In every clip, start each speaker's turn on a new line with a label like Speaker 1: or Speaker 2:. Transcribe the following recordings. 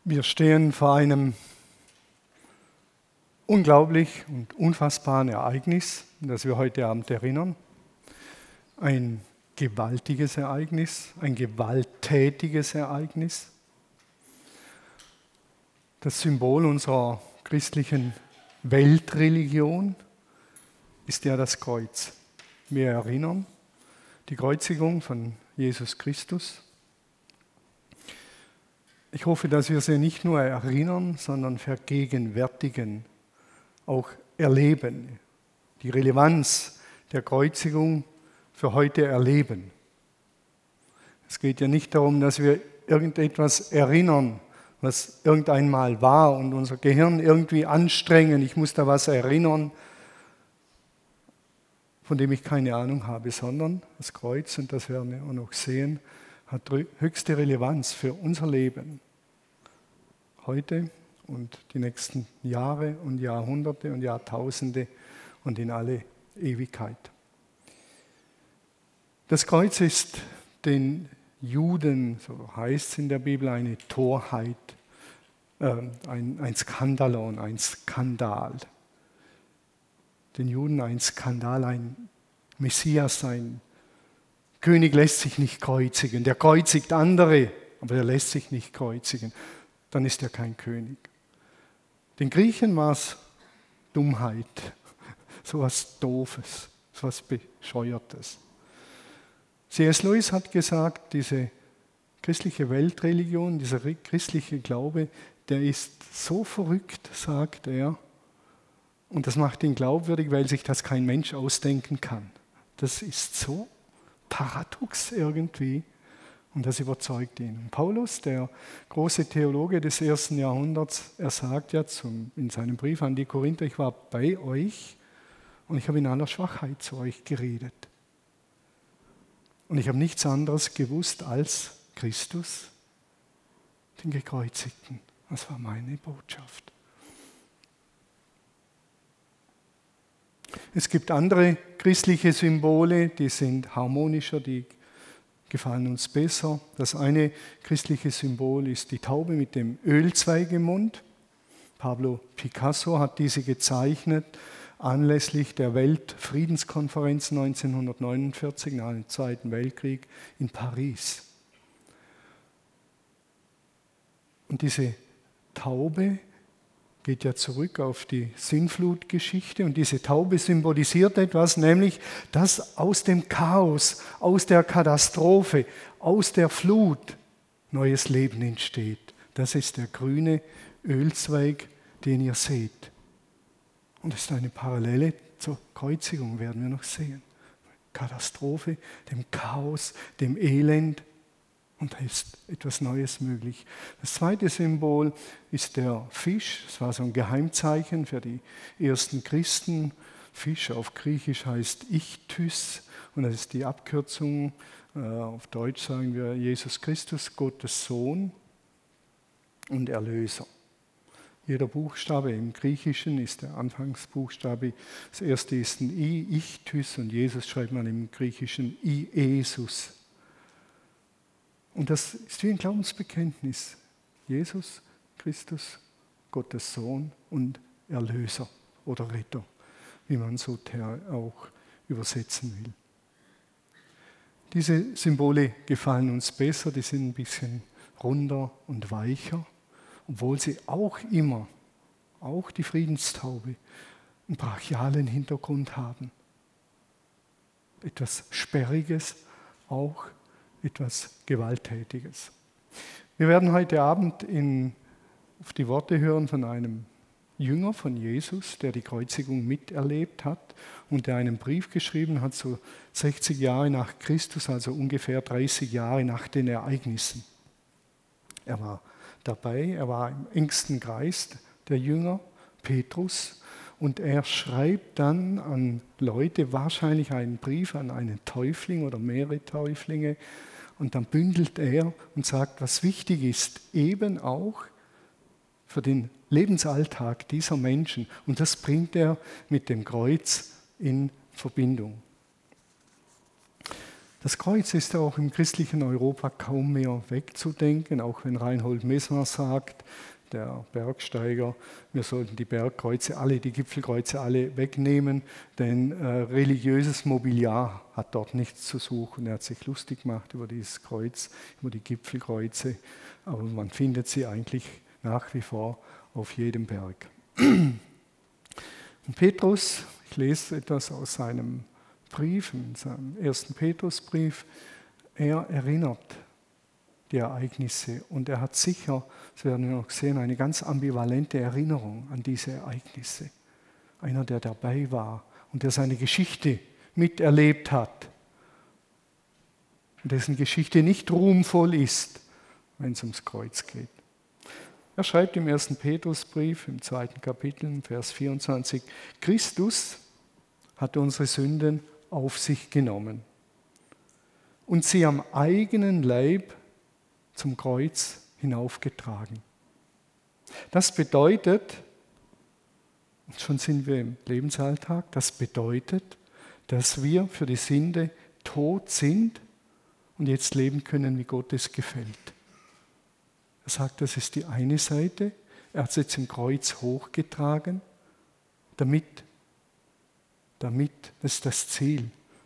Speaker 1: Wir stehen vor einem unglaublich und unfassbaren Ereignis, an das wir heute Abend erinnern. Ein gewaltiges Ereignis, ein gewalttätiges Ereignis. Das Symbol unserer christlichen Weltreligion ist ja das Kreuz. Wir erinnern die Kreuzigung von Jesus Christus. Ich hoffe, dass wir sie nicht nur erinnern, sondern vergegenwärtigen, auch erleben. Die Relevanz der Kreuzigung für heute erleben. Es geht ja nicht darum, dass wir irgendetwas erinnern, was irgendeinmal war und unser Gehirn irgendwie anstrengen. Ich muss da was erinnern, von dem ich keine Ahnung habe, sondern das Kreuz, und das werden wir auch noch sehen, hat höchste Relevanz für unser Leben. Heute und die nächsten Jahre und Jahrhunderte und Jahrtausende und in alle Ewigkeit. Das Kreuz ist den Juden, so heißt es in der Bibel, eine Torheit, ein Skandalon, ein Skandal. Den Juden ein Skandal, ein Messias, ein König lässt sich nicht kreuzigen. Der kreuzigt andere, aber der lässt sich nicht kreuzigen. Dann ist er kein König. Den Griechen war es Dummheit, so was Doofes, so was Bescheuertes. C.S. Lewis hat gesagt, diese christliche Weltreligion, dieser christliche Glaube, der ist so verrückt, sagt er, und das macht ihn glaubwürdig, weil sich das kein Mensch ausdenken kann. Das ist so paradox irgendwie und das überzeugt ihn. Und Paulus, der große Theologe des 1. Jahrhunderts, er sagt ja in seinem Brief an die Korinther, ich war bei euch und ich habe in aller Schwachheit zu euch geredet. Und ich habe nichts anderes gewusst als Christus, den Gekreuzigten. Das war meine Botschaft. Es gibt andere christliche Symbole, die sind harmonischer, die gefallen uns besser. Das eine christliche Symbol ist die Taube mit dem Ölzweig im Mund. Pablo Picasso hat diese gezeichnet anlässlich der Weltfriedenskonferenz 1949 nach dem Zweiten Weltkrieg in Paris. Und diese Taube geht ja zurück auf die Sintflutgeschichte und diese Taube symbolisiert etwas, nämlich, dass aus dem Chaos, aus der Katastrophe, aus der Flut neues Leben entsteht. Das ist der grüne Ölzweig, den ihr seht. Und das ist eine Parallele zur Kreuzigung, werden wir noch sehen. Katastrophe, dem Chaos, dem Elend. Und da ist etwas Neues möglich. Das zweite Symbol ist der Fisch. Das war so ein Geheimzeichen für die ersten Christen. Fisch auf Griechisch heißt Ichthys und das ist die Abkürzung. Auf Deutsch sagen wir Jesus Christus, Gottes Sohn und Erlöser. Jeder Buchstabe im Griechischen ist der Anfangsbuchstabe. Das erste ist ein I, Ichthys, und Jesus schreibt man im Griechischen Iesus. Und das ist wie ein Glaubensbekenntnis. Jesus Christus, Gottes Sohn und Erlöser oder Retter, wie man so auch übersetzen will. Diese Symbole gefallen uns besser, die sind ein bisschen runder und weicher, obwohl sie auch immer, auch die Friedenstaube, einen brachialen Hintergrund haben. Etwas Sperriges, auch etwas Gewalttätiges. Wir werden heute Abend auf die Worte hören von einem Jünger von Jesus, der die Kreuzigung miterlebt hat und der einen Brief geschrieben hat, so 60 Jahre nach Christus, also ungefähr 30 Jahre nach den Ereignissen. Er war dabei, er war im engsten Kreis der Jünger, Petrus, und er schreibt dann an Leute, wahrscheinlich einen Brief an einen Täufling oder mehrere Täuflinge, und dann bündelt er und sagt, was wichtig ist, eben auch für den Lebensalltag dieser Menschen. Und das bringt er mit dem Kreuz in Verbindung. Das Kreuz ist auch im christlichen Europa kaum mehr wegzudenken, auch wenn Reinhold Messner sagt, der Bergsteiger, wir sollten die Bergkreuze alle, die Gipfelkreuze alle wegnehmen, denn religiöses Mobiliar hat dort nichts zu suchen. Er hat sich lustig gemacht über dieses Kreuz, über die Gipfelkreuze, aber man findet sie eigentlich nach wie vor auf jedem Berg. Und Petrus, ich lese etwas aus seinem Brief, in seinem ersten Petrusbrief, er erinnert die Ereignisse und er hat sicher, das werden wir noch sehen, eine ganz ambivalente Erinnerung an diese Ereignisse. Einer, der dabei war und der seine Geschichte miterlebt hat und dessen Geschichte nicht ruhmvoll ist, wenn es ums Kreuz geht. Er schreibt im 1. Petrusbrief, im 2. Kapitel, Vers 24, Christus hat unsere Sünden auf sich genommen und sie am eigenen Leib zum Kreuz hinaufgetragen. Das bedeutet, und schon sind wir im Lebensalltag, das bedeutet, dass wir für die Sünde tot sind und jetzt leben können, wie Gott es gefällt. Er sagt, das ist die eine Seite. Er hat sie zum Kreuz hochgetragen, damit, das ist das Ziel.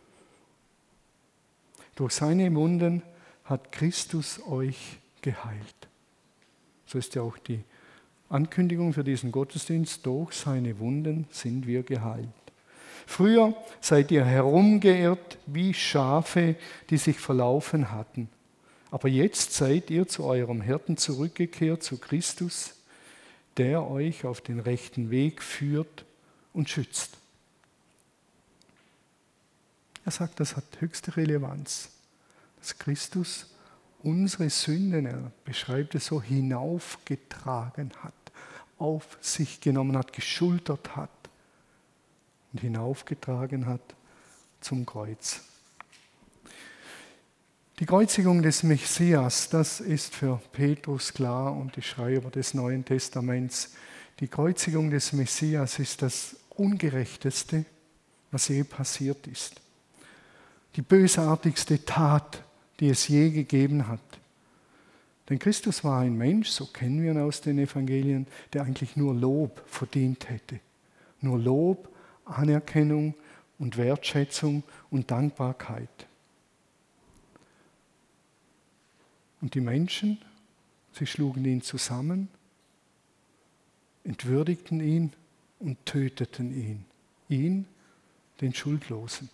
Speaker 1: Durch seine Wunden hat Christus euch geheilt. So ist ja auch die Ankündigung für diesen Gottesdienst, durch seine Wunden sind wir geheilt. Früher seid ihr herumgeirrt wie Schafe, die sich verlaufen hatten. Aber jetzt seid ihr zu eurem Hirten zurückgekehrt, zu Christus, der euch auf den rechten Weg führt und schützt. Er sagt, das hat höchste Relevanz, dass Christus unsere Sünden, er beschreibt es so, hinaufgetragen hat, auf sich genommen hat, geschultert hat und hinaufgetragen hat zum Kreuz. Die Kreuzigung des Messias, das ist für Petrus klar und die Schreiber des Neuen Testaments. Die Kreuzigung des Messias ist das Ungerechteste, was je passiert ist. Die bösartigste Tat, die es je gegeben hat. Denn Christus war ein Mensch, so kennen wir ihn aus den Evangelien, der eigentlich nur Lob verdient hätte. Nur Lob, Anerkennung und Wertschätzung und Dankbarkeit. Und die Menschen, sie schlugen ihn zusammen, entwürdigten ihn und töteten ihn, den Schuldlosen.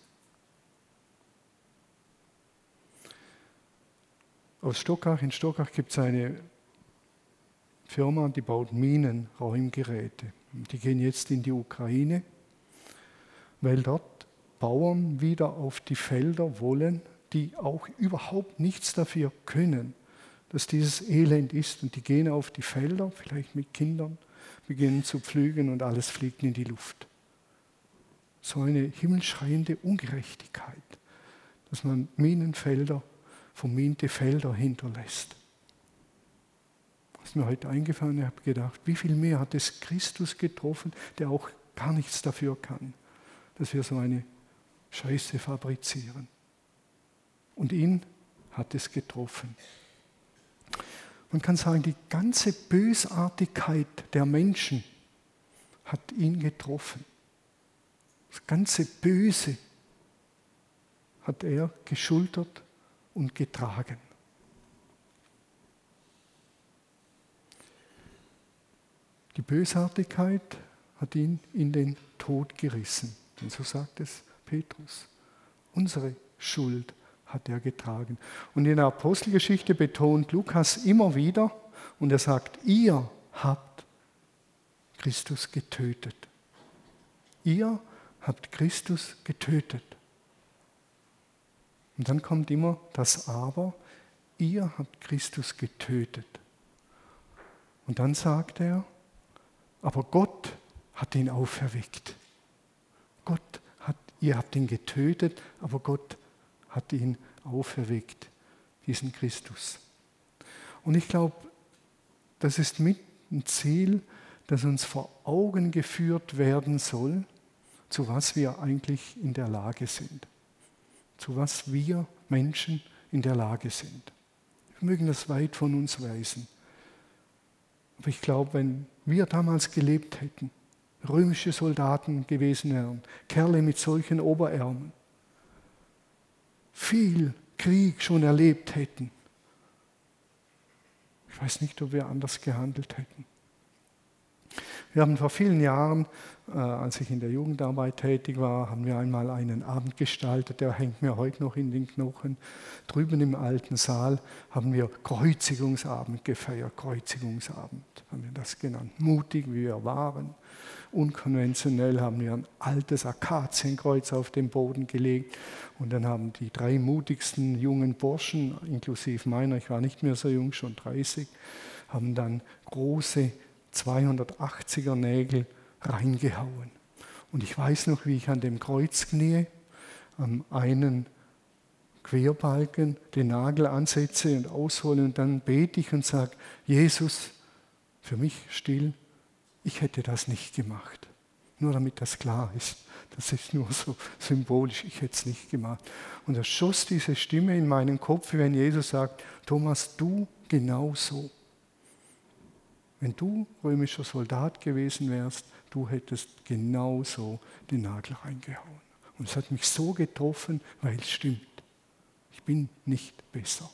Speaker 1: In Stockach gibt es eine Firma, die baut Minenräumgeräte. Die gehen jetzt in die Ukraine, weil dort Bauern wieder auf die Felder wollen, die auch überhaupt nichts dafür können, dass dieses Elend ist. Und die gehen auf die Felder, vielleicht mit Kindern, beginnen zu pflügen und alles fliegt in die Luft. So eine himmelschreiende Ungerechtigkeit, dass man Minenfelder, verminte Felder hinterlässt. Das ist mir heute eingefallen, ich habe gedacht, wie viel mehr hat es Christus getroffen, der auch gar nichts dafür kann, dass wir so eine Scheiße fabrizieren. Und ihn hat es getroffen. Man kann sagen, die ganze Bösartigkeit der Menschen hat ihn getroffen. Das ganze Böse hat er geschultert und getragen. Die Bösartigkeit hat ihn in den Tod gerissen. Und so sagt es Petrus. Unsere Schuld hat er getragen. Und in der Apostelgeschichte betont Lukas immer wieder, und er sagt, ihr habt Christus getötet. Ihr habt Christus getötet. Und dann kommt immer das Aber, ihr habt Christus getötet. Und dann sagt er, aber Gott hat ihn auferweckt. Ihr habt ihn getötet, aber Gott hat ihn auferweckt, diesen Christus. Und ich glaube, das ist mit ein Ziel, das uns vor Augen geführt werden soll, zu was wir eigentlich in der Lage sind. Zu was wir Menschen in der Lage sind. Wir mögen das weit von uns weisen. Aber ich glaube, wenn wir damals gelebt hätten, römische Soldaten gewesen wären, Kerle mit solchen Oberärmeln, viel Krieg schon erlebt hätten, ich weiß nicht, ob wir anders gehandelt hätten. Wir haben vor vielen Jahren, als ich in der Jugendarbeit tätig war, haben wir einmal einen Abend gestaltet, der hängt mir heute noch in den Knochen. Drüben im alten Saal haben wir Kreuzigungsabend gefeiert. Kreuzigungsabend haben wir das genannt. Mutig, wie wir waren. Unkonventionell haben wir ein altes Akazienkreuz auf den Boden gelegt. Und dann haben die 3 mutigsten jungen Burschen, inklusive meiner, ich war nicht mehr so jung, schon 30, haben dann große 280er Nägel reingehauen. Und ich weiß noch, wie ich an dem Kreuz knie, am einen Querbalken den Nagel ansetze und aushole und dann bete ich und sage, Jesus, für mich still, ich hätte das nicht gemacht. Nur damit das klar ist. Das ist nur so symbolisch, ich hätte es nicht gemacht. Und da schoss diese Stimme in meinen Kopf, wie wenn Jesus sagt, Thomas, du genauso. Wenn du römischer Soldat gewesen wärst, du hättest genauso den Nagel reingehauen. Und es hat mich so getroffen, weil es stimmt. Ich bin nicht besser.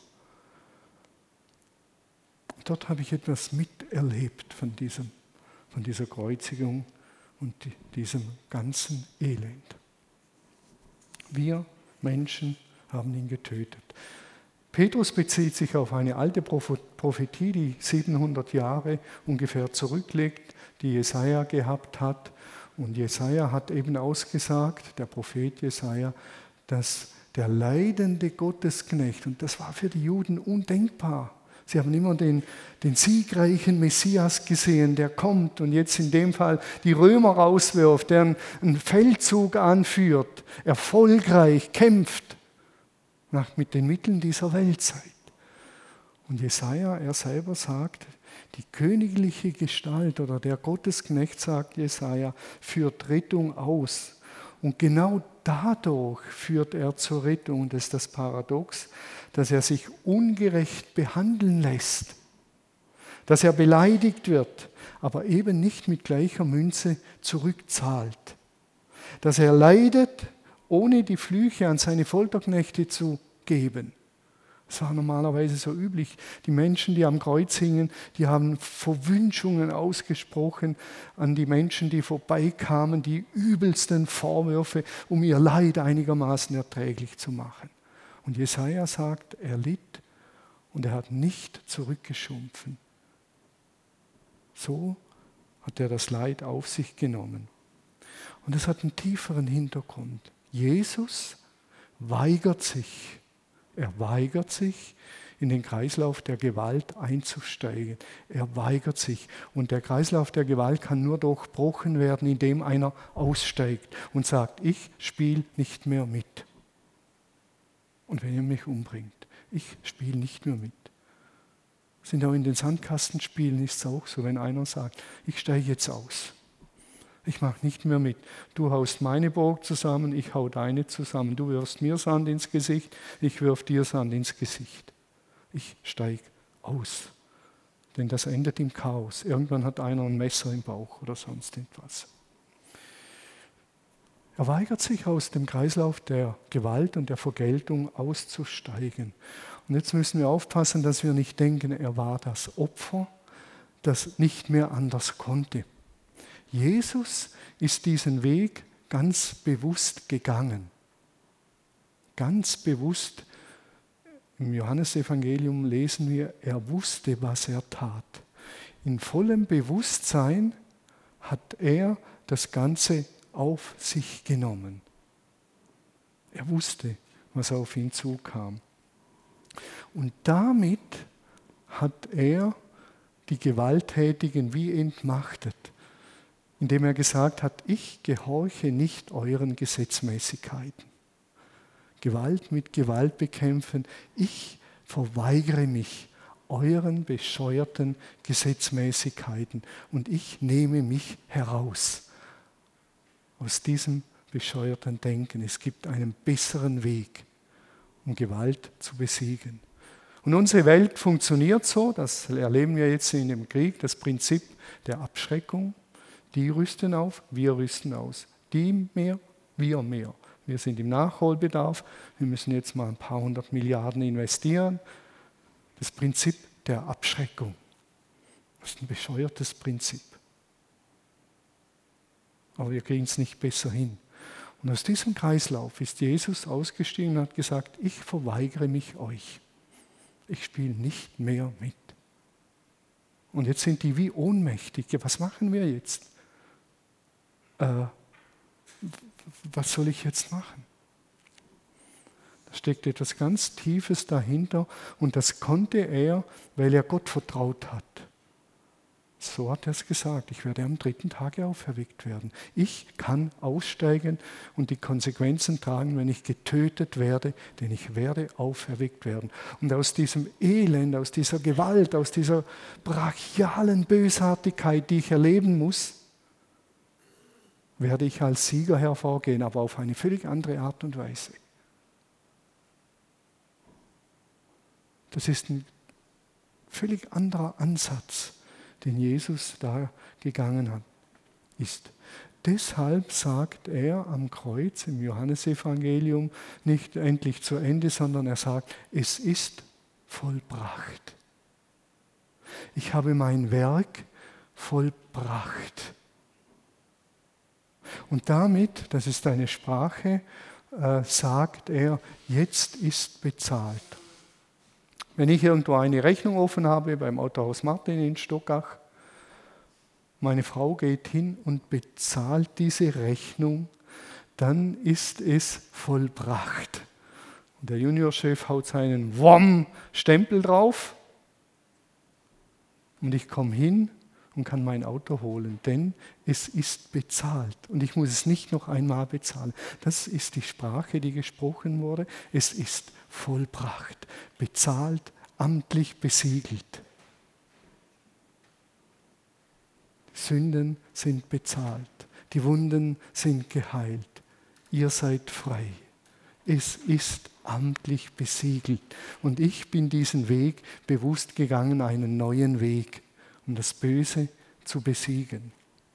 Speaker 1: Und dort habe ich etwas miterlebt von dieser Kreuzigung und diesem ganzen Elend. Wir Menschen haben ihn getötet. Petrus bezieht sich auf eine alte Prophetie, die 700 Jahre ungefähr zurückliegt, die Jesaja gehabt hat. Und Jesaja hat eben ausgesagt, der Prophet Jesaja, dass der leidende Gottesknecht, und das war für die Juden undenkbar. Sie haben immer den siegreichen Messias gesehen, der kommt und jetzt in dem Fall die Römer rauswirft, der einen Feldzug anführt, erfolgreich kämpft. Mit den Mitteln dieser Weltzeit. Und Jesaja, er selber sagt, die königliche Gestalt oder der Gottesknecht, sagt Jesaja, führt Rettung aus. Und genau dadurch führt er zur Rettung. Und das ist das Paradox, dass er sich ungerecht behandeln lässt. Dass er beleidigt wird, aber eben nicht mit gleicher Münze zurückzahlt. Dass er leidet, ohne die Flüche an seine Folterknechte zu geben. Es war normalerweise so üblich. Die Menschen, die am Kreuz hingen, die haben Verwünschungen ausgesprochen an die Menschen, die vorbeikamen, die übelsten Vorwürfe, um ihr Leid einigermaßen erträglich zu machen. Und Jesaja sagt, er litt und er hat nicht zurückgeschumpfen. So hat er das Leid auf sich genommen. Und es hat einen tieferen Hintergrund. Jesus weigert sich, in den Kreislauf der Gewalt einzusteigen. Er weigert sich. Und der Kreislauf der Gewalt kann nur durchbrochen werden, indem einer aussteigt und sagt, ich spiele nicht mehr mit. Und wenn ihr mich umbringt, ich spiele nicht mehr mit. Sind auch in den Sandkastenspielen ist es auch so, wenn einer sagt, ich steige jetzt aus. Ich mache nicht mehr mit. Du haust meine Burg zusammen, ich hau deine zusammen. Du wirfst mir Sand ins Gesicht, ich wirf dir Sand ins Gesicht. Ich steige aus. Denn das endet im Chaos. Irgendwann hat einer ein Messer im Bauch oder sonst etwas. Er weigert sich, aus dem Kreislauf der Gewalt und der Vergeltung auszusteigen. Und jetzt müssen wir aufpassen, dass wir nicht denken, er war das Opfer, das nicht mehr anders konnte. Jesus ist diesen Weg ganz bewusst gegangen. Ganz bewusst. Im Johannesevangelium lesen wir, er wusste, was er tat. In vollem Bewusstsein hat er das Ganze auf sich genommen. Er wusste, was auf ihn zukam. Und damit hat er die Gewalttätigen wie entmachtet, indem er gesagt hat, ich gehorche nicht euren Gesetzmäßigkeiten. Gewalt mit Gewalt bekämpfen, ich verweigere mich euren bescheuerten Gesetzmäßigkeiten und ich nehme mich heraus aus diesem bescheuerten Denken. Es gibt einen besseren Weg um Gewalt zu besiegen. Und unsere Welt funktioniert so, das erleben wir jetzt in dem Krieg, das Prinzip der Abschreckung. Die rüsten auf, wir rüsten aus. Die mehr, wir mehr. Wir sind im Nachholbedarf, wir müssen jetzt mal ein paar 100 Milliarden investieren. Das Prinzip der Abschreckung. Das ist ein bescheuertes Prinzip. Aber wir kriegen es nicht besser hin. Und aus diesem Kreislauf ist Jesus ausgestiegen und hat gesagt, ich verweigere mich euch. Ich spiele nicht mehr mit. Und jetzt sind die wie ohnmächtig. Ja, was machen wir jetzt? Was soll ich jetzt machen? Da steckt etwas ganz Tiefes dahinter und das konnte er, weil er Gott vertraut hat. So hat er es gesagt, ich werde am 3. Tage auferweckt werden. Ich kann aussteigen und die Konsequenzen tragen, wenn ich getötet werde, denn ich werde auferweckt werden. Und aus diesem Elend, aus dieser Gewalt, aus dieser brachialen Bösartigkeit, die ich erleben muss, werde ich als Sieger hervorgehen, aber auf eine völlig andere Art und Weise. Das ist ein völlig anderer Ansatz, den Jesus da gegangen ist. Deshalb sagt er am Kreuz im Johannesevangelium nicht endlich zu Ende, sondern er sagt, es ist vollbracht. Ich habe mein Werk vollbracht. Und damit, das ist eine Sprache, sagt er, jetzt ist bezahlt. Wenn ich irgendwo eine Rechnung offen habe, beim Autohaus Martin in Stockach, meine Frau geht hin und bezahlt diese Rechnung, dann ist es vollbracht. Und der Juniorchef haut seinen Stempel drauf und ich komme hin und kann mein Auto holen, denn es ist bezahlt und ich muss es nicht noch einmal bezahlen. Das ist die Sprache, die gesprochen wurde. Es ist vollbracht, bezahlt, amtlich besiegelt. Die Sünden sind bezahlt, die Wunden sind geheilt. Ihr seid frei. Es ist amtlich besiegelt und ich bin diesen Weg bewusst gegangen, einen neuen Weg, um das Böse zu besiegen.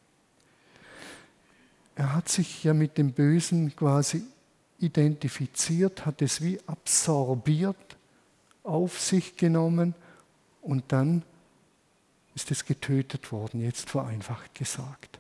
Speaker 1: Er hat sich ja mit dem Bösen quasi identifiziert, hat es wie absorbiert, auf sich genommen und dann ist es getötet worden, jetzt vereinfacht gesagt.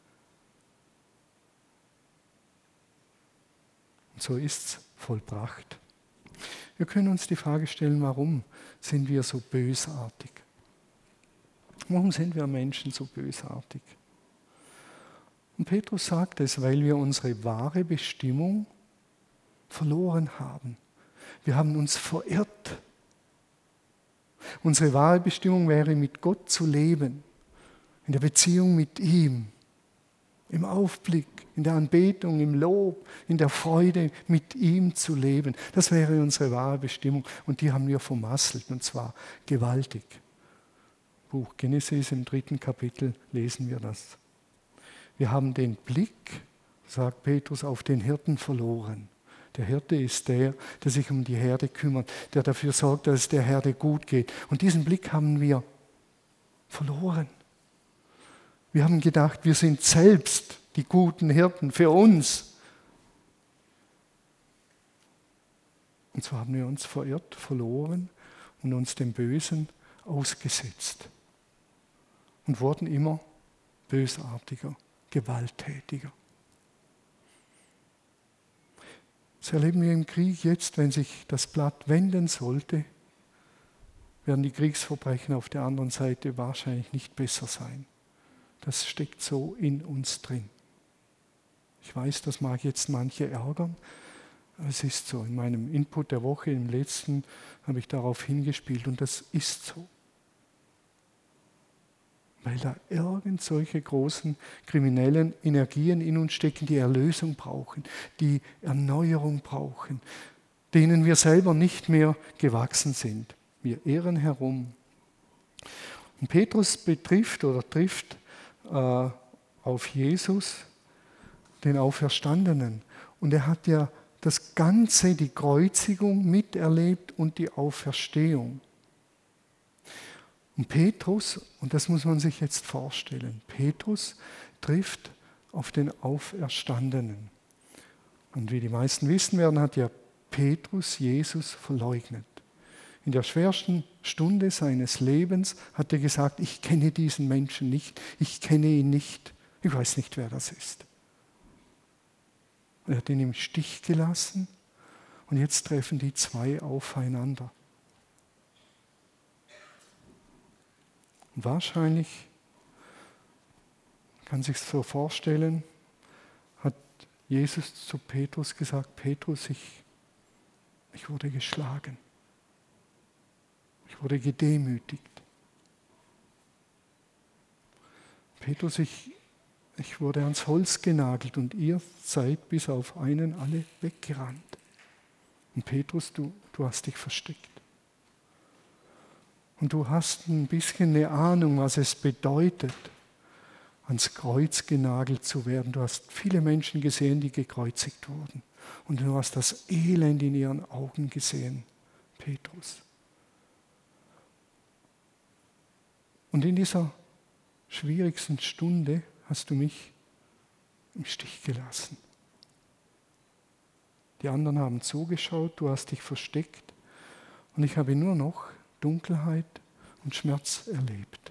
Speaker 1: Und so ist es vollbracht. Wir können uns die Frage stellen, warum sind wir so bösartig? Warum sind wir Menschen so bösartig? Und Petrus sagt es, weil wir unsere wahre Bestimmung verloren haben. Wir haben uns verirrt. Unsere wahre Bestimmung wäre, mit Gott zu leben, in der Beziehung mit ihm, im Aufblick, in der Anbetung, im Lob, in der Freude, mit ihm zu leben. Das wäre unsere wahre Bestimmung und die haben wir vermasselt und zwar gewaltig. Buch Genesis im 3. Kapitel lesen wir das. Wir haben den Blick, sagt Petrus, auf den Hirten verloren. Der Hirte ist der sich um die Herde kümmert, der dafür sorgt, dass es der Herde gut geht. Und diesen Blick haben wir verloren. Wir haben gedacht, wir sind selbst die guten Hirten für uns. Und so haben wir uns verirrt, verloren und uns dem Bösen ausgesetzt. Und wurden immer bösartiger, gewalttätiger. Das erleben wir im Krieg jetzt, wenn sich das Blatt wenden sollte, werden die Kriegsverbrechen auf der anderen Seite wahrscheinlich nicht besser sein. Das steckt so in uns drin. Ich weiß, das mag jetzt manche ärgern, aber es ist so. In meinem Input der Woche, im letzten, habe ich darauf hingespielt und das ist so. Weil da irgend solche großen kriminellen Energien in uns stecken, die Erlösung brauchen, die Erneuerung brauchen, denen wir selber nicht mehr gewachsen sind. Wir irren herum. Und Petrus trifft auf Jesus, den Auferstandenen. Und er hat ja das Ganze, die Kreuzigung miterlebt und die Auferstehung. Und Petrus, und das muss man sich jetzt vorstellen, Petrus trifft auf den Auferstandenen. Und wie die meisten wissen werden, hat ja Petrus Jesus verleugnet. In der schwersten Stunde seines Lebens hat er gesagt, ich kenne diesen Menschen nicht, ich kenne ihn nicht, ich weiß nicht, wer das ist. Er hat ihn im Stich gelassen und jetzt treffen die zwei aufeinander. Und wahrscheinlich, man kann sich so vorstellen, hat Jesus zu Petrus gesagt, Petrus, ich wurde geschlagen. Ich wurde gedemütigt. Petrus, ich wurde ans Holz genagelt und ihr seid bis auf einen alle weggerannt. Und Petrus, du hast dich versteckt. Und du hast ein bisschen eine Ahnung, was es bedeutet, ans Kreuz genagelt zu werden. Du hast viele Menschen gesehen, die gekreuzigt wurden. Und du hast das Elend in ihren Augen gesehen, Petrus. Und in dieser schwierigsten Stunde hast du mich im Stich gelassen. Die anderen haben zugeschaut, du hast dich versteckt und ich habe nur noch Dunkelheit und Schmerz erlebt.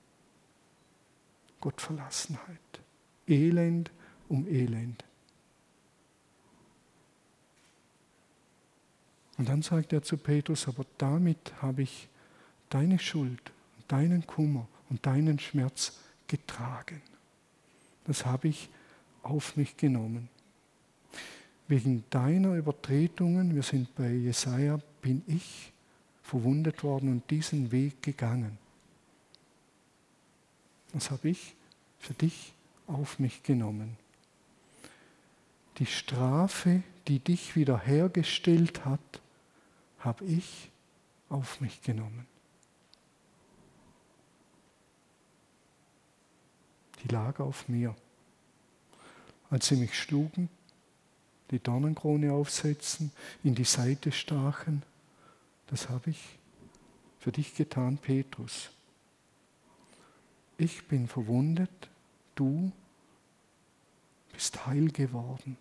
Speaker 1: Gottverlassenheit, Elend um Elend. Und dann sagt er zu Petrus, aber damit habe ich deine Schuld, deinen Kummer und deinen Schmerz getragen. Das habe ich auf mich genommen. Wegen deiner Übertretungen, wir sind bei Jesaja, bin ich verwundet worden und diesen Weg gegangen. Das habe ich für dich auf mich genommen. Die Strafe, die dich wiederhergestellt hat, habe ich auf mich genommen. Die lag auf mir. Als sie mich schlugen, die Dornenkrone aufsetzten, in die Seite stachen, das habe ich für dich getan, Petrus. Ich bin verwundet, du bist heil geworden.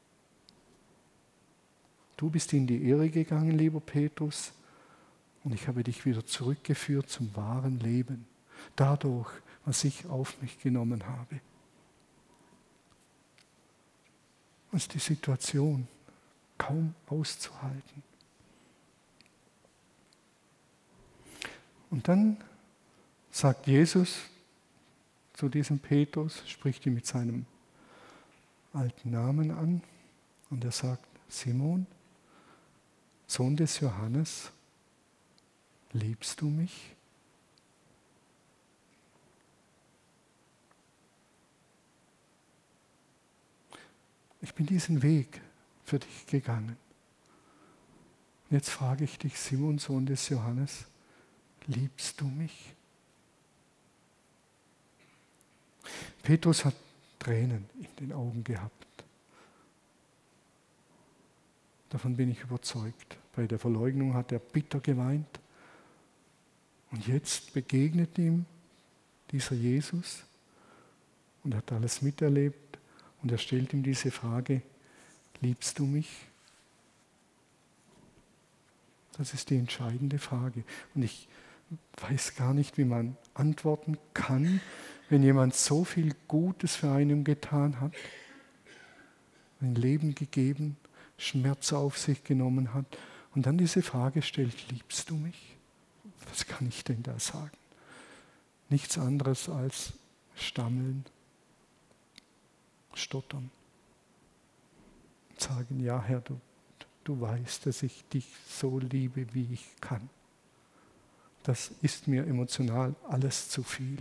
Speaker 1: Du bist in die Irre gegangen, lieber Petrus, und ich habe dich wieder zurückgeführt zum wahren Leben. Dadurch, was ich auf mich genommen habe. Das ist die Situation kaum auszuhalten. Und dann sagt Jesus zu diesem Petrus, spricht ihn mit seinem alten Namen an und er sagt, Simon, Sohn des Johannes, liebst du mich? Ich bin diesen Weg für dich gegangen. Jetzt frage ich dich, Simon, Sohn des Johannes, liebst du mich? Petrus hat Tränen in den Augen gehabt. Davon bin ich überzeugt. Bei der Verleugnung hat er bitter geweint. Und jetzt begegnet ihm dieser Jesus und hat alles miterlebt. Und er stellt ihm diese Frage, liebst du mich? Das ist die entscheidende Frage. Und ich weiß gar nicht, wie man antworten kann, wenn jemand so viel Gutes für einen getan hat, ein Leben gegeben, Schmerz auf sich genommen hat und dann diese Frage stellt, liebst du mich? Was kann ich denn da sagen? Nichts anderes als stammeln, stottern. Sagen, ja Herr, du weißt, dass ich dich so liebe, wie ich kann. Das ist mir emotional alles zu viel.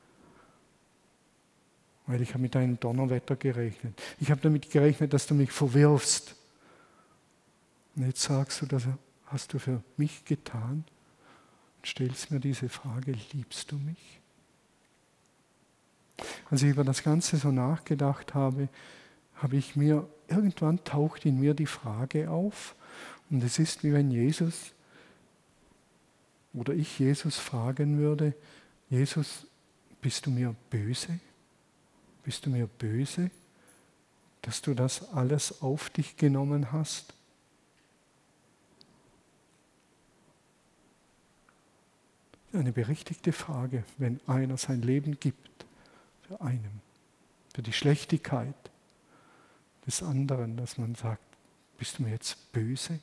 Speaker 1: Weil ich habe mit einem Donnerwetter gerechnet. Ich habe damit gerechnet, dass du mich verwirfst. Und jetzt sagst du, das hast du für mich getan und stellst mir diese Frage, liebst du mich? Als ich über das Ganze so nachgedacht habe, irgendwann taucht in mir die Frage auf, und es ist wie wenn Jesus oder ich Jesus fragen würde: Jesus, bist du mir böse? Bist du mir böse, dass du das alles auf dich genommen hast? Eine berechtigte Frage, wenn einer sein Leben gibt für einen, für die Schlechtigkeit des anderen, dass man sagt: Bist du mir jetzt böse?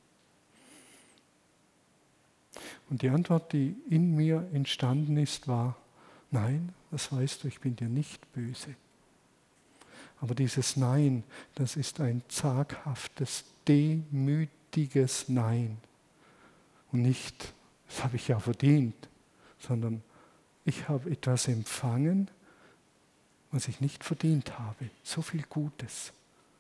Speaker 1: Und die Antwort, die in mir entstanden ist, war: Nein, das weißt du, ich bin dir nicht böse. Aber dieses Nein, das ist ein zaghaftes, demütiges Nein. Und nicht, das habe ich ja verdient, sondern ich habe etwas empfangen, was ich nicht verdient habe. So viel Gutes,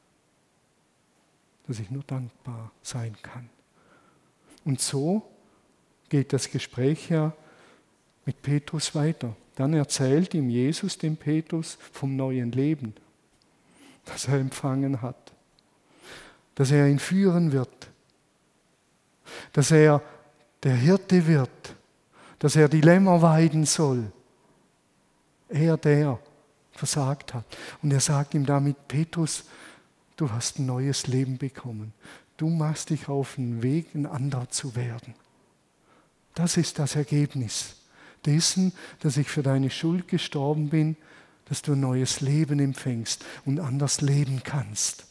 Speaker 1: dass ich nur dankbar sein kann. Und so geht das Gespräch ja mit Petrus weiter. Dann erzählt ihm Jesus, dem Petrus, vom neuen Leben, das er empfangen hat. Dass er ihn führen wird. Dass er der Hirte wird. Dass er die Lämmer weiden soll. Er, der versagt hat. Und er sagt ihm damit: Petrus, du hast ein neues Leben bekommen. Du machst dich auf den Weg, ein anderer zu werden. Das ist das Ergebnis dessen, dass ich für deine Schuld gestorben bin, dass du ein neues Leben empfängst und anders leben kannst.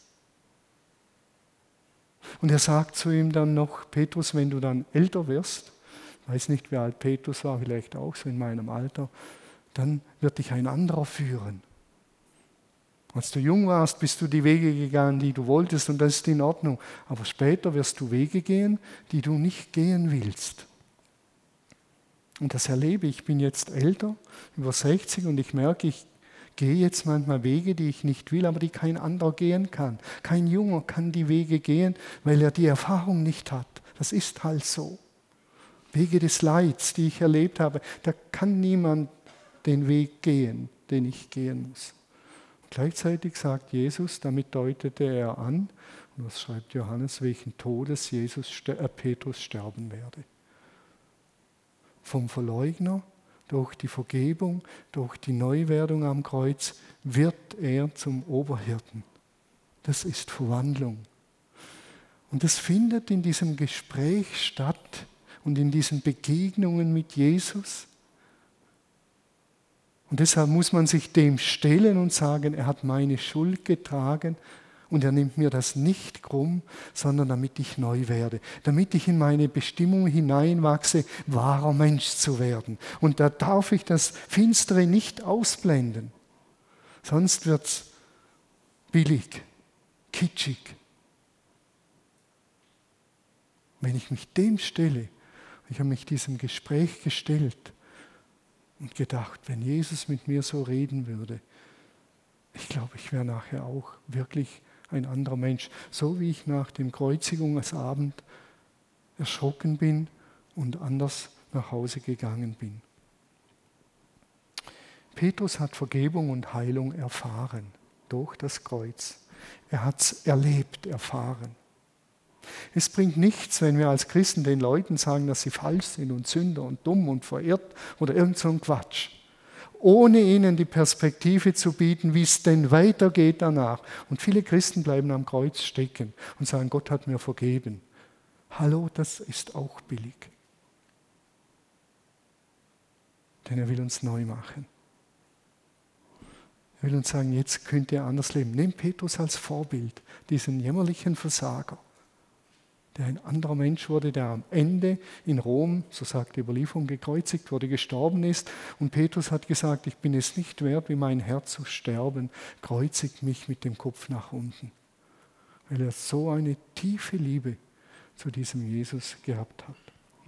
Speaker 1: Und er sagt zu ihm dann noch: Petrus, wenn du dann älter wirst, ich weiß nicht, wie alt Petrus war, vielleicht auch so in meinem Alter, dann wird dich ein anderer führen. Als du jung warst, bist du die Wege gegangen, die du wolltest, und das ist in Ordnung. Aber später wirst du Wege gehen, die du nicht gehen willst. Und das erlebe ich. Ich bin jetzt älter, über 60, und ich merke, ich gehe jetzt manchmal Wege, die ich nicht will, aber die kein anderer gehen kann. Kein Junger kann die Wege gehen, weil er die Erfahrung nicht hat. Das ist halt so. Wege des Leids, die ich erlebt habe, da kann niemand den Weg gehen, den ich gehen muss. Und gleichzeitig sagt Jesus, damit deutete er an, und was schreibt Johannes, welchen Todes Petrus sterben werde. Vom Verleugner, durch die Vergebung, durch die Neuwerdung am Kreuz, wird er zum Oberhirten. Das ist Verwandlung. Und das findet in diesem Gespräch statt und in diesen Begegnungen mit Jesus. Und deshalb muss man sich dem stellen und sagen: Er hat meine Schuld getragen. Und er nimmt mir das nicht krumm, sondern damit ich neu werde, damit ich in meine Bestimmung hineinwachse, wahrer Mensch zu werden. Und da darf ich das Finstere nicht ausblenden, sonst wird es billig, kitschig. Wenn ich mich dem stelle, ich habe mich diesem Gespräch gestellt und gedacht, wenn Jesus mit mir so reden würde, ich glaube, ich wäre nachher auch wirklich ein anderer Mensch, so wie ich nach dem Kreuzigungsabend erschrocken bin und anders nach Hause gegangen bin. Petrus hat Vergebung und Heilung erfahren durch das Kreuz. Er hat es erlebt, erfahren. Es bringt nichts, wenn wir als Christen den Leuten sagen, dass sie falsch sind und Sünder und dumm und verirrt oder irgend so ein Quatsch, ohne ihnen die Perspektive zu bieten, wie es denn weitergeht danach. Und viele Christen bleiben am Kreuz stecken und sagen: Gott hat mir vergeben. Hallo, das ist auch billig. Denn er will uns neu machen. Er will uns sagen: Jetzt könnt ihr anders leben. Nehmt Petrus als Vorbild, diesen jämmerlichen Versager, der ein anderer Mensch wurde, der am Ende in Rom, so sagt die Überlieferung, gekreuzigt wurde, gestorben ist. Und Petrus hat gesagt: Ich bin es nicht wert, wie mein Herr zu sterben, kreuzigt mich mit dem Kopf nach unten. Weil er so eine tiefe Liebe zu diesem Jesus gehabt hat.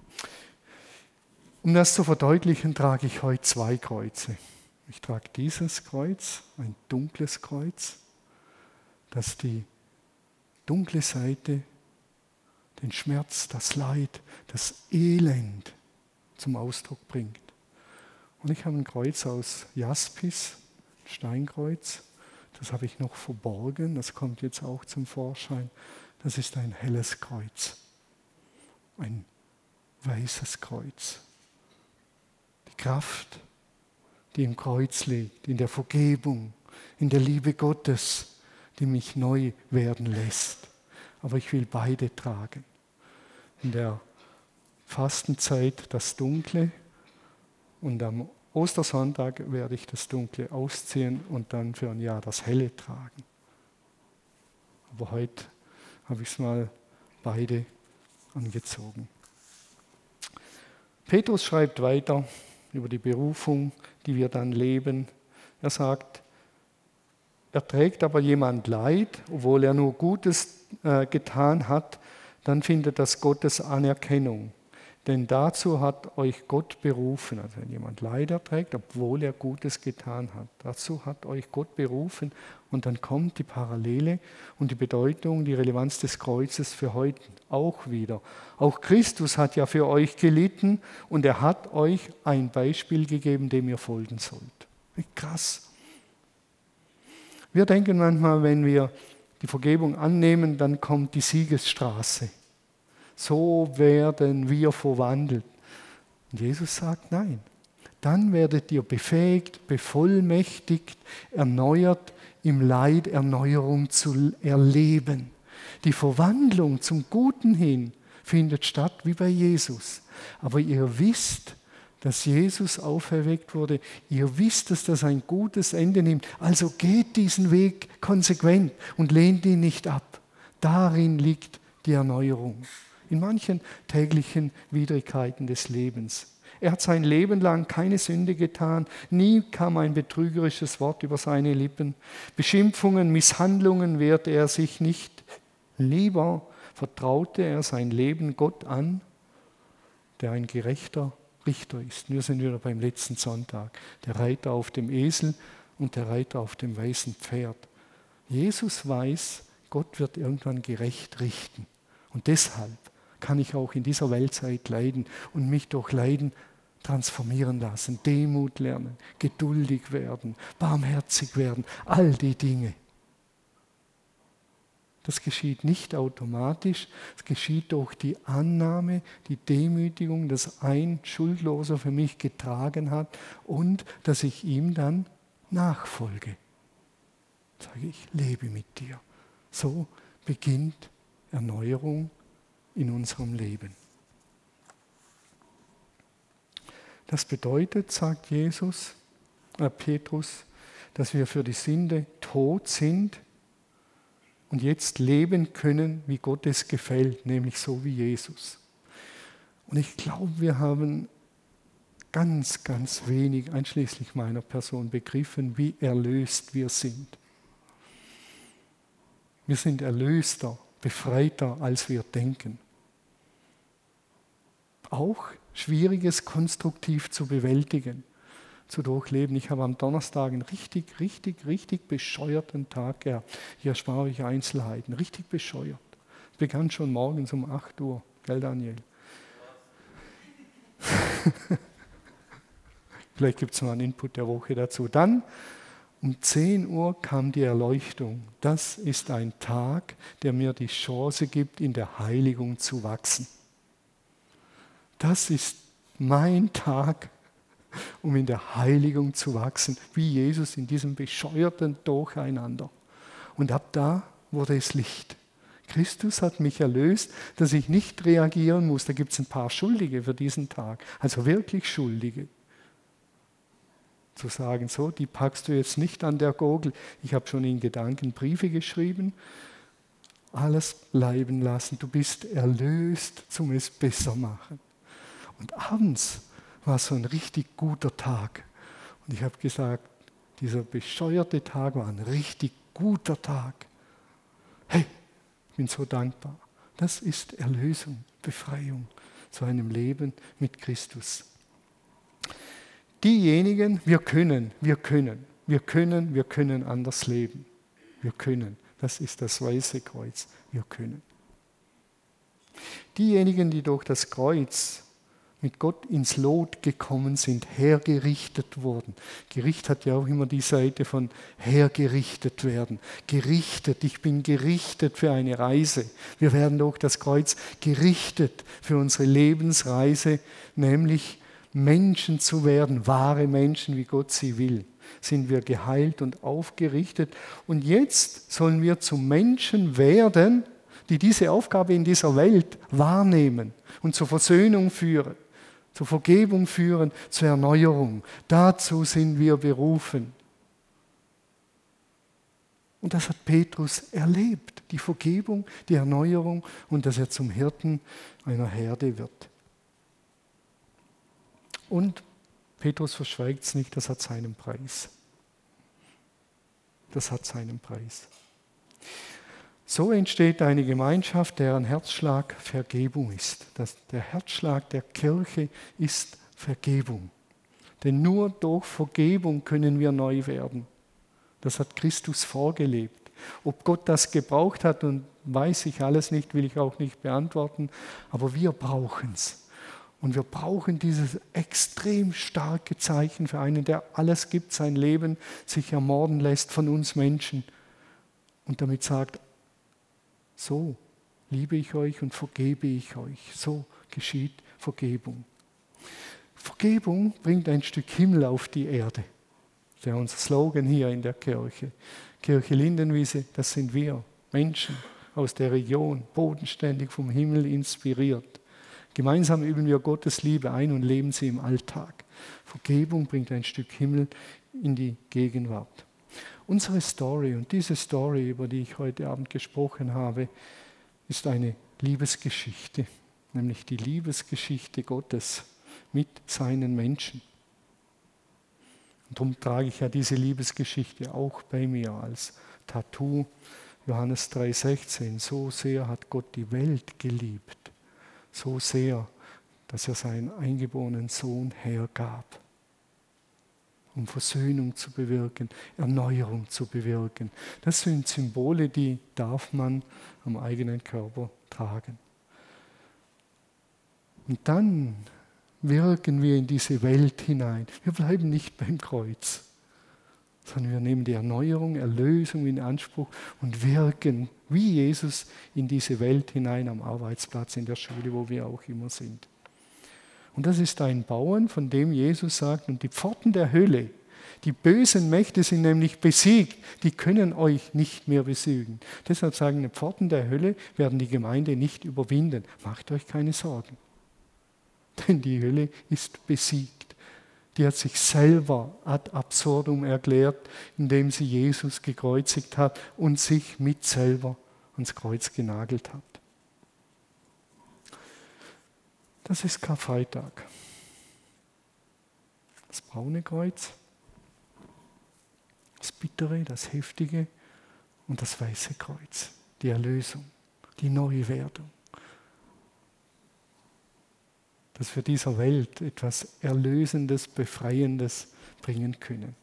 Speaker 1: Um das zu verdeutlichen, trage ich heute 2 Kreuze. Ich trage dieses Kreuz, ein dunkles Kreuz, das die dunkle Seite, den Schmerz, das Leid, das Elend zum Ausdruck bringt. Und ich habe ein Kreuz aus Jaspis, ein Steinkreuz, das habe ich noch verborgen, das kommt jetzt auch zum Vorschein, das ist ein helles Kreuz, ein weißes Kreuz. Die Kraft, die im Kreuz liegt, in der Vergebung, in der Liebe Gottes, die mich neu werden lässt. Aber ich will beide tragen. In der Fastenzeit das Dunkle und am Ostersonntag werde ich das Dunkle ausziehen und dann für ein Jahr das Helle tragen. Aber heute habe ich es mal beide angezogen. Petrus schreibt weiter über die Berufung, die wir dann leben. Er sagt, erträgt aber jemand Leid, obwohl er nur Gutes getan hat, dann findet das Gottes Anerkennung. Denn dazu hat euch Gott berufen. Also wenn jemand Leid erträgt, obwohl er Gutes getan hat. Dazu hat euch Gott berufen. Und dann kommt die Parallele und die Bedeutung, die Relevanz des Kreuzes für heute auch wieder. Auch Christus hat ja für euch gelitten und er hat euch ein Beispiel gegeben, dem ihr folgen sollt. Wie krass. Wir denken manchmal, wenn wir die Vergebung annehmen, dann kommt die Siegesstraße. So werden wir verwandelt. Und Jesus sagt, nein. Dann werdet ihr befähigt, bevollmächtigt, erneuert, im Leid Erneuerung zu erleben. Die Verwandlung zum Guten hin findet statt wie bei Jesus. Aber ihr wisst, dass Jesus auferweckt wurde. Ihr wisst, dass das ein gutes Ende nimmt. Also geht diesen Weg konsequent und lehnt ihn nicht ab. Darin liegt die Erneuerung. In manchen täglichen Widrigkeiten des Lebens. Er hat sein Leben lang keine Sünde getan. Nie kam ein betrügerisches Wort über seine Lippen. Beschimpfungen, Misshandlungen wehrte er sich nicht. Lieber vertraute er sein Leben Gott an, der ein gerechter Richter ist. Wir sind wieder beim letzten Sonntag. Der Reiter auf dem Esel und der Reiter auf dem weißen Pferd. Jesus weiß, Gott wird irgendwann gerecht richten. Und deshalb kann ich auch in dieser Weltzeit leiden und mich durch Leiden transformieren lassen, Demut lernen, geduldig werden, barmherzig werden, all die Dinge. Das geschieht nicht automatisch, es geschieht durch die Annahme, die Demütigung, dass ein Schuldloser für mich getragen hat und dass ich ihm dann nachfolge. Sage ich, lebe mit dir. So beginnt Erneuerung in unserem Leben. Das bedeutet, sagt Petrus, dass wir für die Sünde tot sind und jetzt leben können, wie Gott es gefällt, nämlich so wie Jesus. Und ich glaube, wir haben ganz, ganz wenig, einschließlich meiner Person, begriffen, wie erlöst wir sind. Wir sind erlöster, befreiter, als wir denken. Auch Schwieriges konstruktiv zu bewältigen, zu durchleben. Ich habe am Donnerstag einen richtig bescheuerten Tag gehabt. Hier spare ich Einzelheiten. Richtig bescheuert. Es begann schon morgens um 8 Uhr. Gell, Daniel? Vielleicht gibt es noch einen Input der Woche dazu. Dann um 10 Uhr kam die Erleuchtung. Das ist ein Tag, der mir die Chance gibt, in der Heiligung zu wachsen. Das ist mein Tag, um in der Heiligung zu wachsen, wie Jesus in diesem bescheuerten Durcheinander. Und ab da wurde es Licht. Christus hat mich erlöst, dass ich nicht reagieren muss. Da gibt es ein paar Schuldige für diesen Tag, also wirklich Schuldige. Zu sagen, so, die packst du jetzt nicht an der Gurgel. Ich habe schon in Gedanken Briefe geschrieben. Alles bleiben lassen. Du bist erlöst, zum es besser machen. Und abends war so ein richtig guter Tag. Und ich habe gesagt, dieser bescheuerte Tag war ein richtig guter Tag. Hey, ich bin so dankbar. Das ist Erlösung, Befreiung zu einem Leben mit Christus. Diejenigen, wir können anders leben. Wir können. Das ist das weiße Kreuz. Wir können. Diejenigen, die durch das Kreuz mit Gott ins Lot gekommen sind, hergerichtet wurden. Gericht hat ja auch immer die Seite von hergerichtet werden. Gerichtet, ich bin gerichtet für eine Reise. Wir werden durch das Kreuz gerichtet für unsere Lebensreise, nämlich Menschen zu werden, wahre Menschen, wie Gott sie will. Sind wir geheilt und aufgerichtet. Und jetzt sollen wir zu Menschen werden, die diese Aufgabe in dieser Welt wahrnehmen und zur Versöhnung führen, zur Vergebung führen, zur Erneuerung. Dazu sind wir berufen. Und das hat Petrus erlebt, die Vergebung, die Erneuerung und dass er zum Hirten einer Herde wird. Und Petrus verschweigt es nicht, das hat seinen Preis. Das hat seinen Preis. So entsteht eine Gemeinschaft, deren Herzschlag Vergebung ist. Der Herzschlag der Kirche ist Vergebung. Denn nur durch Vergebung können wir neu werden. Das hat Christus vorgelebt. Ob Gott das gebraucht hat, und weiß ich alles nicht, will ich auch nicht beantworten, aber wir brauchen es. Und wir brauchen dieses extrem starke Zeichen für einen, der alles gibt, sein Leben sich ermorden lässt von uns Menschen und damit sagt, so liebe ich euch und vergebe ich euch. So geschieht Vergebung. Vergebung bringt ein Stück Himmel auf die Erde. Das ist ja unser Slogan hier in der Kirche. Kirche Lindenwiese, das sind wir, Menschen aus der Region, bodenständig vom Himmel inspiriert. Gemeinsam üben wir Gottes Liebe ein und leben sie im Alltag. Vergebung bringt ein Stück Himmel in die Gegenwart. Unsere Story und diese Story, über die ich heute Abend gesprochen habe, ist eine Liebesgeschichte, nämlich die Liebesgeschichte Gottes mit seinen Menschen. Und darum trage ich ja diese Liebesgeschichte auch bei mir als Tattoo. Johannes 3,16, so sehr hat Gott die Welt geliebt. So sehr, dass er seinen eingeborenen Sohn hergab, um Versöhnung zu bewirken, Erneuerung zu bewirken. Das sind Symbole, die darf man am eigenen Körper tragen. Und dann wirken wir in diese Welt hinein. Wir bleiben nicht beim Kreuz, sondern wir nehmen die Erneuerung, Erlösung in Anspruch und wirken wie Jesus in diese Welt hinein am Arbeitsplatz, in der Schule, wo wir auch immer sind. Und das ist ein Bauen, von dem Jesus sagt, und die Pforten der Hölle, die bösen Mächte sind nämlich besiegt, die können euch nicht mehr besiegen. Deshalb sagen die Pforten der Hölle werden die Gemeinde nicht überwinden. Macht euch keine Sorgen, denn die Hölle ist besiegt. Die hat sich selber ad absurdum erklärt, indem sie Jesus gekreuzigt hat und sich mit selber ans Kreuz genagelt hat. Das ist Karfreitag. Das braune Kreuz, das bittere, das heftige und das weiße Kreuz. Die Erlösung, die Neuwerdung. Dass wir dieser Welt etwas Erlösendes, Befreiendes bringen können.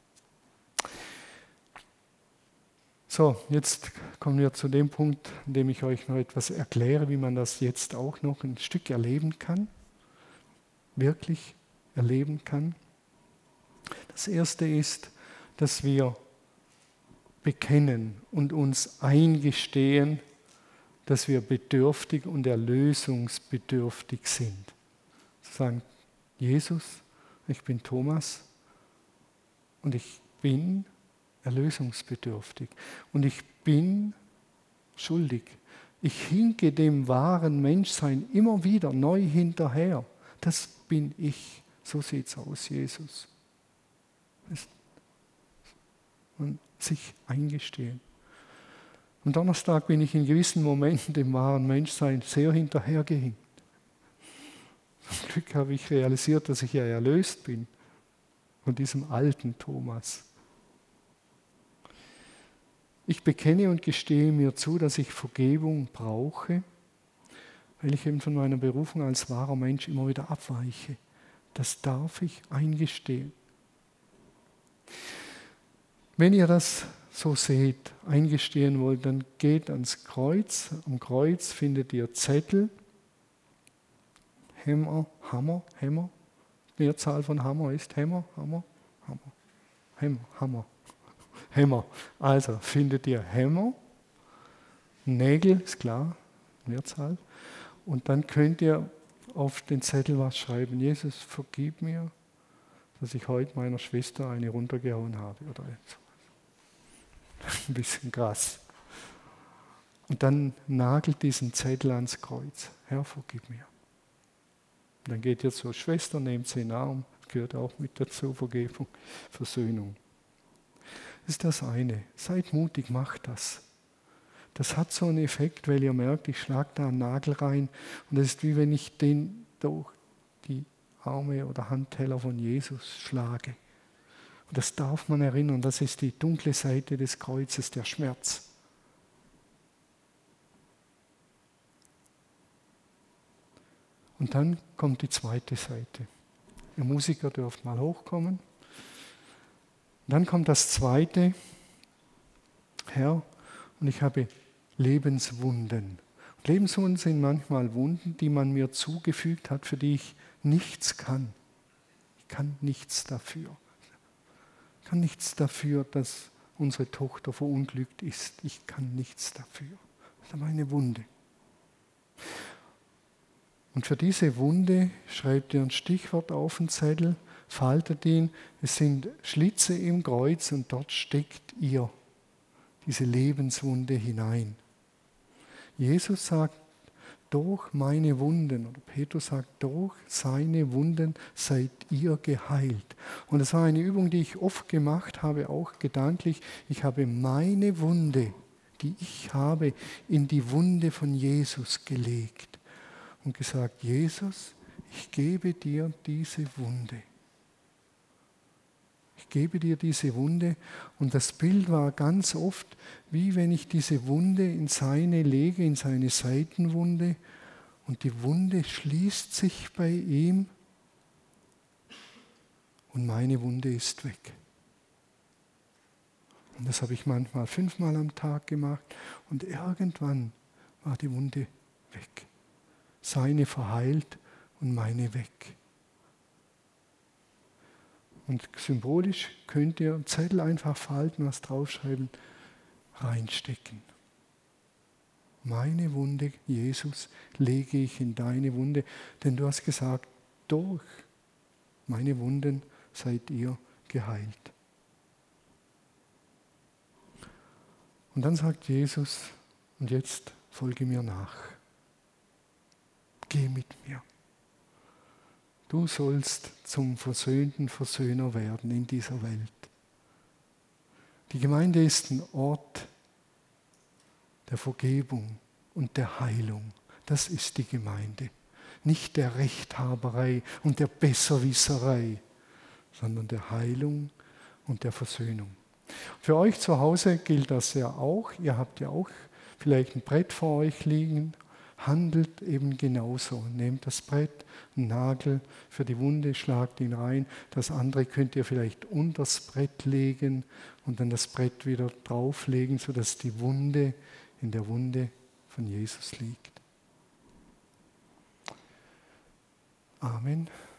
Speaker 1: So, jetzt kommen wir zu dem Punkt, in dem ich euch noch etwas erkläre, wie man das jetzt auch noch ein Stück erleben kann, wirklich erleben kann. Das Erste ist, dass wir bekennen und uns eingestehen, dass wir bedürftig und erlösungsbedürftig sind. Sagen, Jesus, ich bin Thomas und ich bin erlösungsbedürftig und ich bin schuldig. Ich hinke dem wahren Menschsein immer wieder neu hinterher. Das bin ich. So sieht es aus, Jesus. Und sich eingestehen. Am Donnerstag bin ich in gewissen Momenten dem wahren Menschsein sehr hinterhergehinkt. Zum Glück habe ich realisiert, dass ich ja erlöst bin von diesem alten Thomas. Ich bekenne und gestehe mir zu, dass ich Vergebung brauche, weil ich eben von meiner Berufung als wahrer Mensch immer wieder abweiche. Das darf ich eingestehen. Wenn ihr das so seht, eingestehen wollt, dann geht ans Kreuz. Am Kreuz findet ihr Zettel, Hämmer, Hammer, Hämmer. Mehrzahl von Hammer ist Hämmer, Hammer, Hammer, Hämmer, Hammer, Hämmer. Also findet ihr Hämmer, Nägel, ist klar, Mehrzahl. Und dann könnt ihr auf den Zettel was schreiben. Jesus, vergib mir, dass ich heute meiner Schwester eine runtergehauen habe. Oder so. Ein bisschen krass. Und dann nagelt diesen Zettel ans Kreuz. Herr, vergib mir. Und dann geht ihr zur Schwester, nehmt sie in den Arm. Das gehört auch mit dazu, Vergebung, Versöhnung. Das ist das eine. Seid mutig, macht das. Das hat so einen Effekt, weil ihr merkt, ich schlage da einen Nagel rein und das ist wie wenn ich den durch die Arme oder Handteller von Jesus schlage. Und das darf man erinnern, das ist die dunkle Seite des Kreuzes, der Schmerz. Und dann kommt die zweite Seite. Ihr Musiker dürft mal hochkommen. Und dann kommt das zweite, Herr, und ich habe Lebenswunden. Und Lebenswunden sind manchmal Wunden, die man mir zugefügt hat, für die ich nichts kann. Ich kann nichts dafür. Ich kann nichts dafür, dass unsere Tochter verunglückt ist. Ich kann nichts dafür. Das ist meine Wunde. Und für diese Wunde schreibt ihr ein Stichwort auf den Zettel, faltet ihn. Es sind Schlitze im Kreuz und dort steckt ihr diese Lebenswunde hinein. Jesus sagt, durch meine Wunden, oder Petrus sagt, durch seine Wunden seid ihr geheilt. Und das war eine Übung, die ich oft gemacht habe, auch gedanklich. Ich habe meine Wunde, die ich habe, in die Wunde von Jesus gelegt und gesagt, Jesus, ich gebe dir diese Wunde. Ich gebe dir diese Wunde. Und das Bild war ganz oft, wie wenn ich diese Wunde in seine lege, in seine Seitenwunde. Und die Wunde schließt sich bei ihm. Und meine Wunde ist weg. Und das habe ich manchmal 5-mal am Tag gemacht. Und irgendwann war die Wunde weg. Seine verheilt und meine weg. Und symbolisch könnt ihr einen Zettel einfach falten, was draufschreiben, reinstecken. Meine Wunde, Jesus, lege ich in deine Wunde, denn du hast gesagt, durch meine Wunden seid ihr geheilt. Und dann sagt Jesus, und jetzt folge mir nach. Geh mit mir. Du sollst zum versöhnten Versöhner werden in dieser Welt. Die Gemeinde ist ein Ort der Vergebung und der Heilung. Das ist die Gemeinde. Nicht der Rechthaberei und der Besserwisserei, sondern der Heilung und der Versöhnung. Für euch zu Hause gilt das ja auch. Ihr habt ja auch vielleicht ein Brett vor euch liegen. Handelt eben genauso. Nehmt das Brett, einen Nagel für die Wunde, schlagt ihn rein. Das andere könnt ihr vielleicht unter das Brett legen und dann das Brett wieder drauflegen, sodass die Wunde in der Wunde von Jesus liegt. Amen.